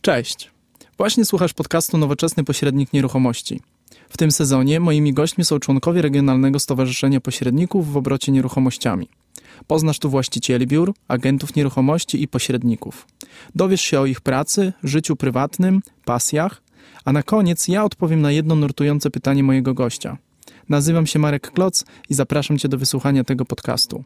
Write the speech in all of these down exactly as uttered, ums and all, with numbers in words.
Cześć! Właśnie słuchasz podcastu Nowoczesny Pośrednik Nieruchomości. W tym sezonie moimi gośćmi są członkowie Regionalnego Stowarzyszenia Pośredników w obrocie nieruchomościami. Poznasz tu właścicieli biur, agentów nieruchomości i pośredników. Dowiesz się o ich pracy, życiu prywatnym, pasjach, a na koniec ja odpowiem na jedno nurtujące pytanie mojego gościa. Nazywam się Marek Kloc i zapraszam Cię do wysłuchania tego podcastu.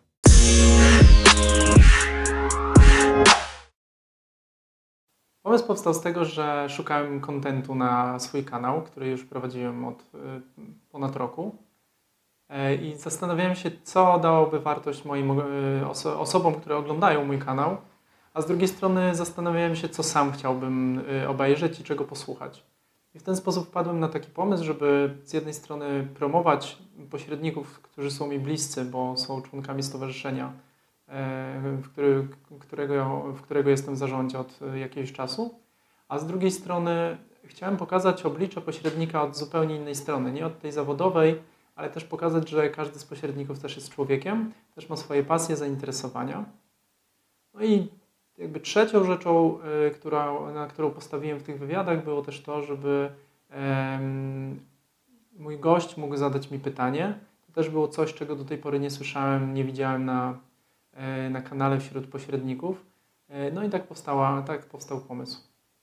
Pomysł powstał z tego, że szukałem kontentu na swój kanał, który już prowadziłem od y, ponad roku y, i zastanawiałem się, co dałoby wartość moim y, oso- osobom, które oglądają mój kanał, a z drugiej strony zastanawiałem się, co sam chciałbym y, obejrzeć i czego posłuchać. I w ten sposób wpadłem na taki pomysł, żeby z jednej strony promować pośredników, którzy są mi bliscy, bo są członkami stowarzyszenia, W, który, którego, w którego jestem w zarządzie od jakiegoś czasu, a z drugiej strony chciałem pokazać oblicze pośrednika od zupełnie innej strony, nie od tej zawodowej, ale też pokazać, że każdy z pośredników też jest człowiekiem, też ma swoje pasje, zainteresowania. No i jakby trzecią rzeczą, która, na którą postawiłem w tych wywiadach, było też to, żeby um, mój gość mógł zadać mi pytanie. To też było coś, czego do tej pory nie słyszałem, nie widziałem na na kanale wśród pośredników. No i tak powstała, tak powstał pomysł.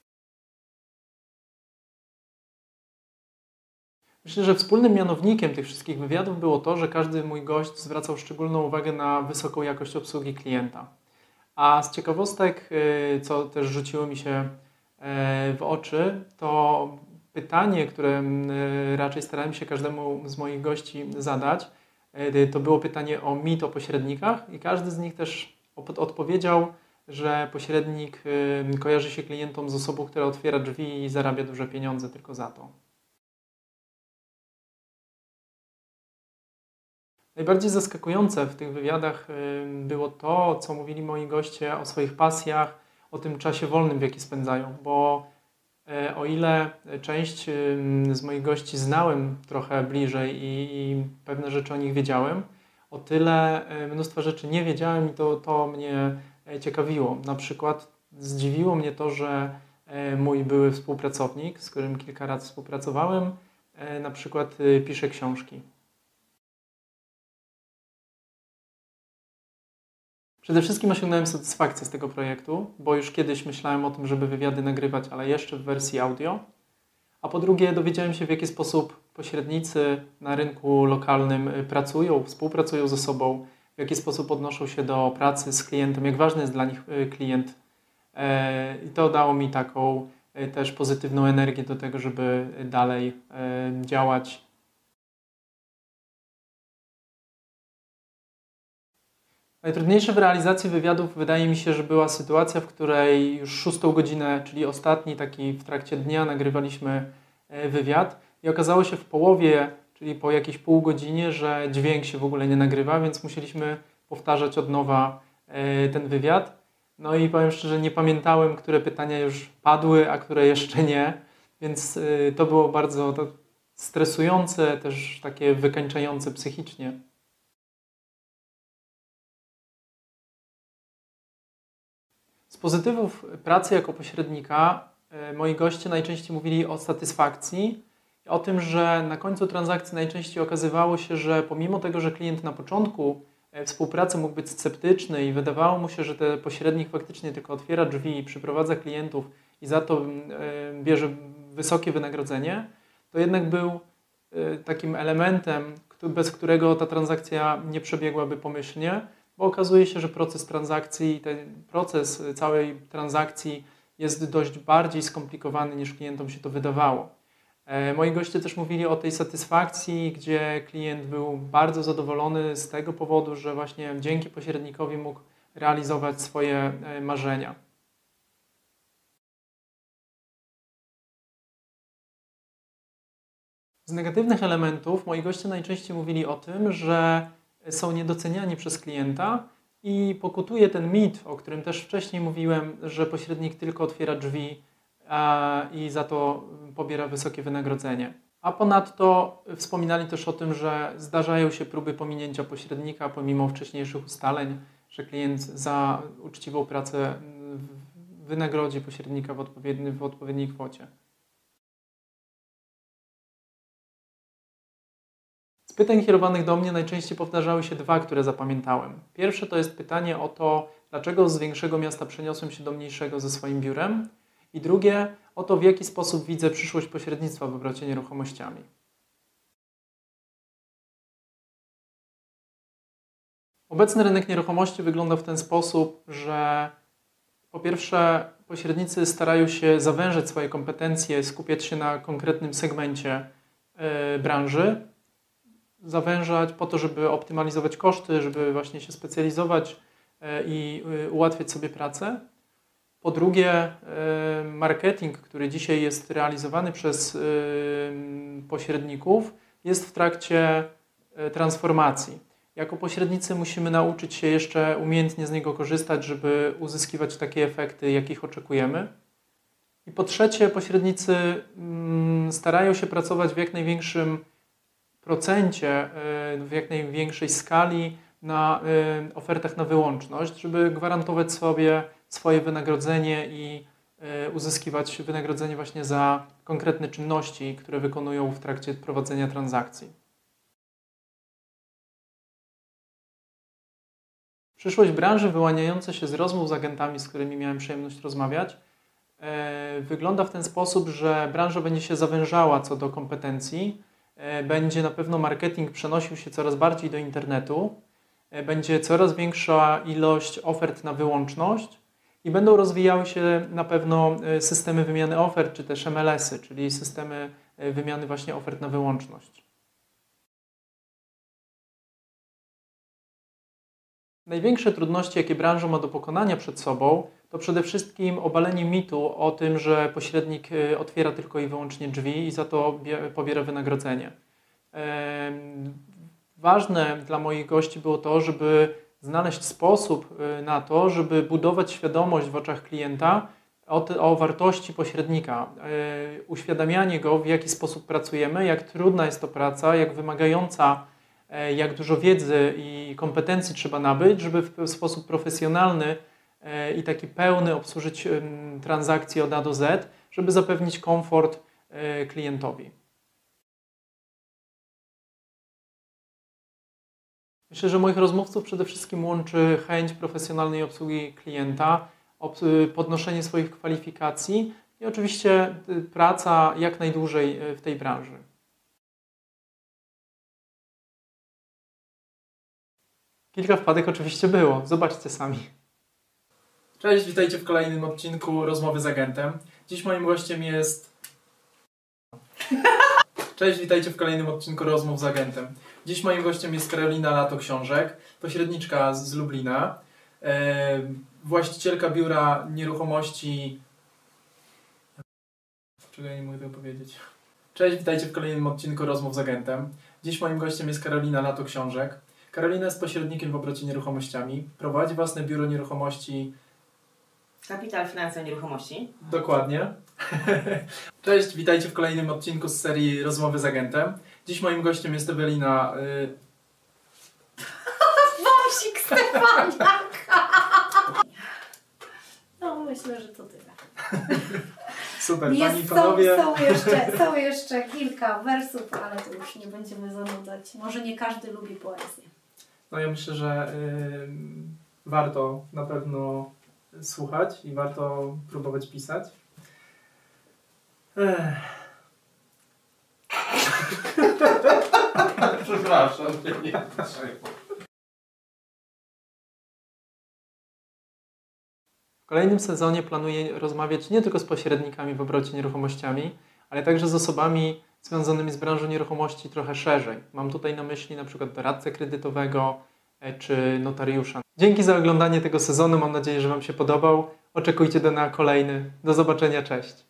Myślę, że wspólnym mianownikiem tych wszystkich wywiadów było to, że każdy mój gość zwracał szczególną uwagę na wysoką jakość obsługi klienta. A z ciekawostek, co też rzuciło mi się w oczy, to pytanie, które raczej starałem się każdemu z moich gości zadać, to było pytanie o mit o pośrednikach i każdy z nich też odpowiedział, że pośrednik kojarzy się klientom z osobą, która otwiera drzwi i zarabia duże pieniądze tylko za to. Najbardziej zaskakujące w tych wywiadach było to, co mówili moi goście o swoich pasjach, o tym czasie wolnym, w jaki spędzają, bo o ile część z moich gości znałem trochę bliżej i, i pewne rzeczy o nich wiedziałem, o tyle mnóstwo rzeczy nie wiedziałem i to, to mnie ciekawiło. Na przykład zdziwiło mnie to, że mój były współpracownik, z którym kilka razy współpracowałem, na przykład pisze książki. Przede wszystkim osiągnąłem satysfakcję z tego projektu, bo już kiedyś myślałem o tym, żeby wywiady nagrywać, ale jeszcze w wersji audio. A po drugie dowiedziałem się, w jaki sposób pośrednicy na rynku lokalnym pracują, współpracują ze sobą, w jaki sposób odnoszą się do pracy z klientem, jak ważny jest dla nich klient. I to dało mi taką też pozytywną energię do tego, żeby dalej działać. Najtrudniejsze w realizacji wywiadów wydaje mi się, że była sytuacja, w której już szóstą godzinę, czyli ostatni taki w trakcie dnia nagrywaliśmy wywiad i okazało się w połowie, czyli po jakiejś pół godzinie, że dźwięk się w ogóle nie nagrywa, więc musieliśmy powtarzać od nowa ten wywiad. No i powiem szczerze, nie pamiętałem, które pytania już padły, a które jeszcze nie, więc to było bardzo to stresujące, też takie wykańczające psychicznie. Z pozytywów pracy jako pośrednika moi goście najczęściej mówili o satysfakcji i o tym, że na końcu transakcji najczęściej okazywało się, że pomimo tego, że klient na początku współpracy mógł być sceptyczny i wydawało mu się, że ten pośrednik faktycznie tylko otwiera drzwi i przyprowadza klientów i za to bierze wysokie wynagrodzenie, to jednak był takim elementem, bez którego ta transakcja nie przebiegłaby pomyślnie, bo okazuje się, że proces transakcji, ten proces całej transakcji jest dość bardziej skomplikowany niż klientom się to wydawało. Moi goście też mówili o tej satysfakcji, gdzie klient był bardzo zadowolony z tego powodu, że właśnie dzięki pośrednikowi mógł realizować swoje marzenia. Z negatywnych elementów moi goście najczęściej mówili o tym, że są niedoceniani przez klienta i pokutuje ten mit, o którym też wcześniej mówiłem, że pośrednik tylko otwiera drzwi a, i za to pobiera wysokie wynagrodzenie. A ponadto wspominali też o tym, że zdarzają się próby pominięcia pośrednika pomimo wcześniejszych ustaleń, że klient za uczciwą pracę wynagrodzi pośrednika w odpowiedniej, w odpowiedniej kwocie. Z pytań kierowanych do mnie najczęściej powtarzały się dwa, które zapamiętałem. Pierwsze to jest pytanie o to, dlaczego z większego miasta przeniosłem się do mniejszego ze swoim biurem. I drugie o to, w jaki sposób widzę przyszłość pośrednictwa w obrocie nieruchomościami. Obecny rynek nieruchomości wygląda w ten sposób, że po pierwsze pośrednicy starają się zawężyć swoje kompetencje, skupiać się na konkretnym segmencie yy, branży, zawężać po to, żeby optymalizować koszty, żeby właśnie się specjalizować yy, i yy, ułatwiać sobie pracę. Po drugie, yy, marketing, który dzisiaj jest realizowany przez yy, pośredników, jest w trakcie yy, transformacji. Jako pośrednicy musimy nauczyć się jeszcze umiejętnie z niego korzystać, żeby uzyskiwać takie efekty, jakich oczekujemy. I po trzecie, pośrednicy mm, starają się pracować w jak największym procencie, w jak największej skali na y, ofertach na wyłączność, żeby gwarantować sobie swoje wynagrodzenie i y, uzyskiwać wynagrodzenie właśnie za konkretne czynności, które wykonują w trakcie prowadzenia transakcji. Przyszłość branży wyłaniająca się z rozmów z agentami, z którymi miałem przyjemność rozmawiać, yy, wygląda w ten sposób, że branża będzie się zawężała co do kompetencji, yy, będzie na pewno marketing przenosił się coraz bardziej do internetu, yy, będzie coraz większa ilość ofert na wyłączność i będą rozwijały się na pewno systemy wymiany ofert, czy też M L S-y, czyli systemy wymiany właśnie ofert na wyłączność. Największe trudności, jakie branża ma do pokonania przed sobą, to przede wszystkim obalenie mitu o tym, że pośrednik otwiera tylko i wyłącznie drzwi i za to pobiera wynagrodzenie. Ważne dla moich gości było to, żeby znaleźć sposób na to, żeby budować świadomość w oczach klienta o, te, o wartości pośrednika. Uświadamianie go, w jaki sposób pracujemy, jak trudna jest to praca, jak wymagająca, jak dużo wiedzy i kompetencji trzeba nabyć, żeby w sposób profesjonalny i taki pełny obsłużyć transakcje od A do Z, żeby zapewnić komfort klientowi. Myślę, że moich rozmówców przede wszystkim łączy chęć profesjonalnej obsługi klienta, podnoszenie swoich kwalifikacji i oczywiście praca jak najdłużej w tej branży. Kilka wpadek oczywiście było, zobaczcie sami. Cześć, witajcie w kolejnym odcinku Rozmowy z agentem. Dziś moim gościem jest... Cześć, witajcie w kolejnym odcinku Rozmów z agentem. Dziś moim gościem jest Karolina Lato-Książek, pośredniczka z Lublina, e, właścicielka biura nieruchomości... Czego ja nie mogę tego powiedzieć? Cześć, witajcie w kolejnym odcinku Rozmów z agentem. Dziś moim gościem jest Karolina Lato-Książek. Karolina jest pośrednikiem w obrocie nieruchomościami, prowadzi własne biuro nieruchomości... Kapital Finanse Nieruchomości. Dokładnie. Cześć, witajcie w kolejnym odcinku z serii Rozmowy z agentem. Dziś moim gościem jest Ewelina... Y... Wąsik Stefaniak! No myślę, że to tyle. Super, Jest, pani panowie... są, są, jeszcze, są jeszcze kilka wersów, ale to już nie będziemy zanudzać. Może nie każdy lubi poezję. No ja myślę, że y, warto na pewno słuchać i warto próbować pisać. Ech. Przepraszam, nie, nie. W kolejnym sezonie planuję rozmawiać nie tylko z pośrednikami w obrocie nieruchomościami, ale także z osobami związanymi z branżą nieruchomości trochę szerzej. Mam tutaj na myśli na przykład doradcę kredytowego czy notariusza. Dzięki za oglądanie tego sezonu, mam nadzieję, że Wam się podobał. Oczekujcie na kolejny. Do zobaczenia, cześć!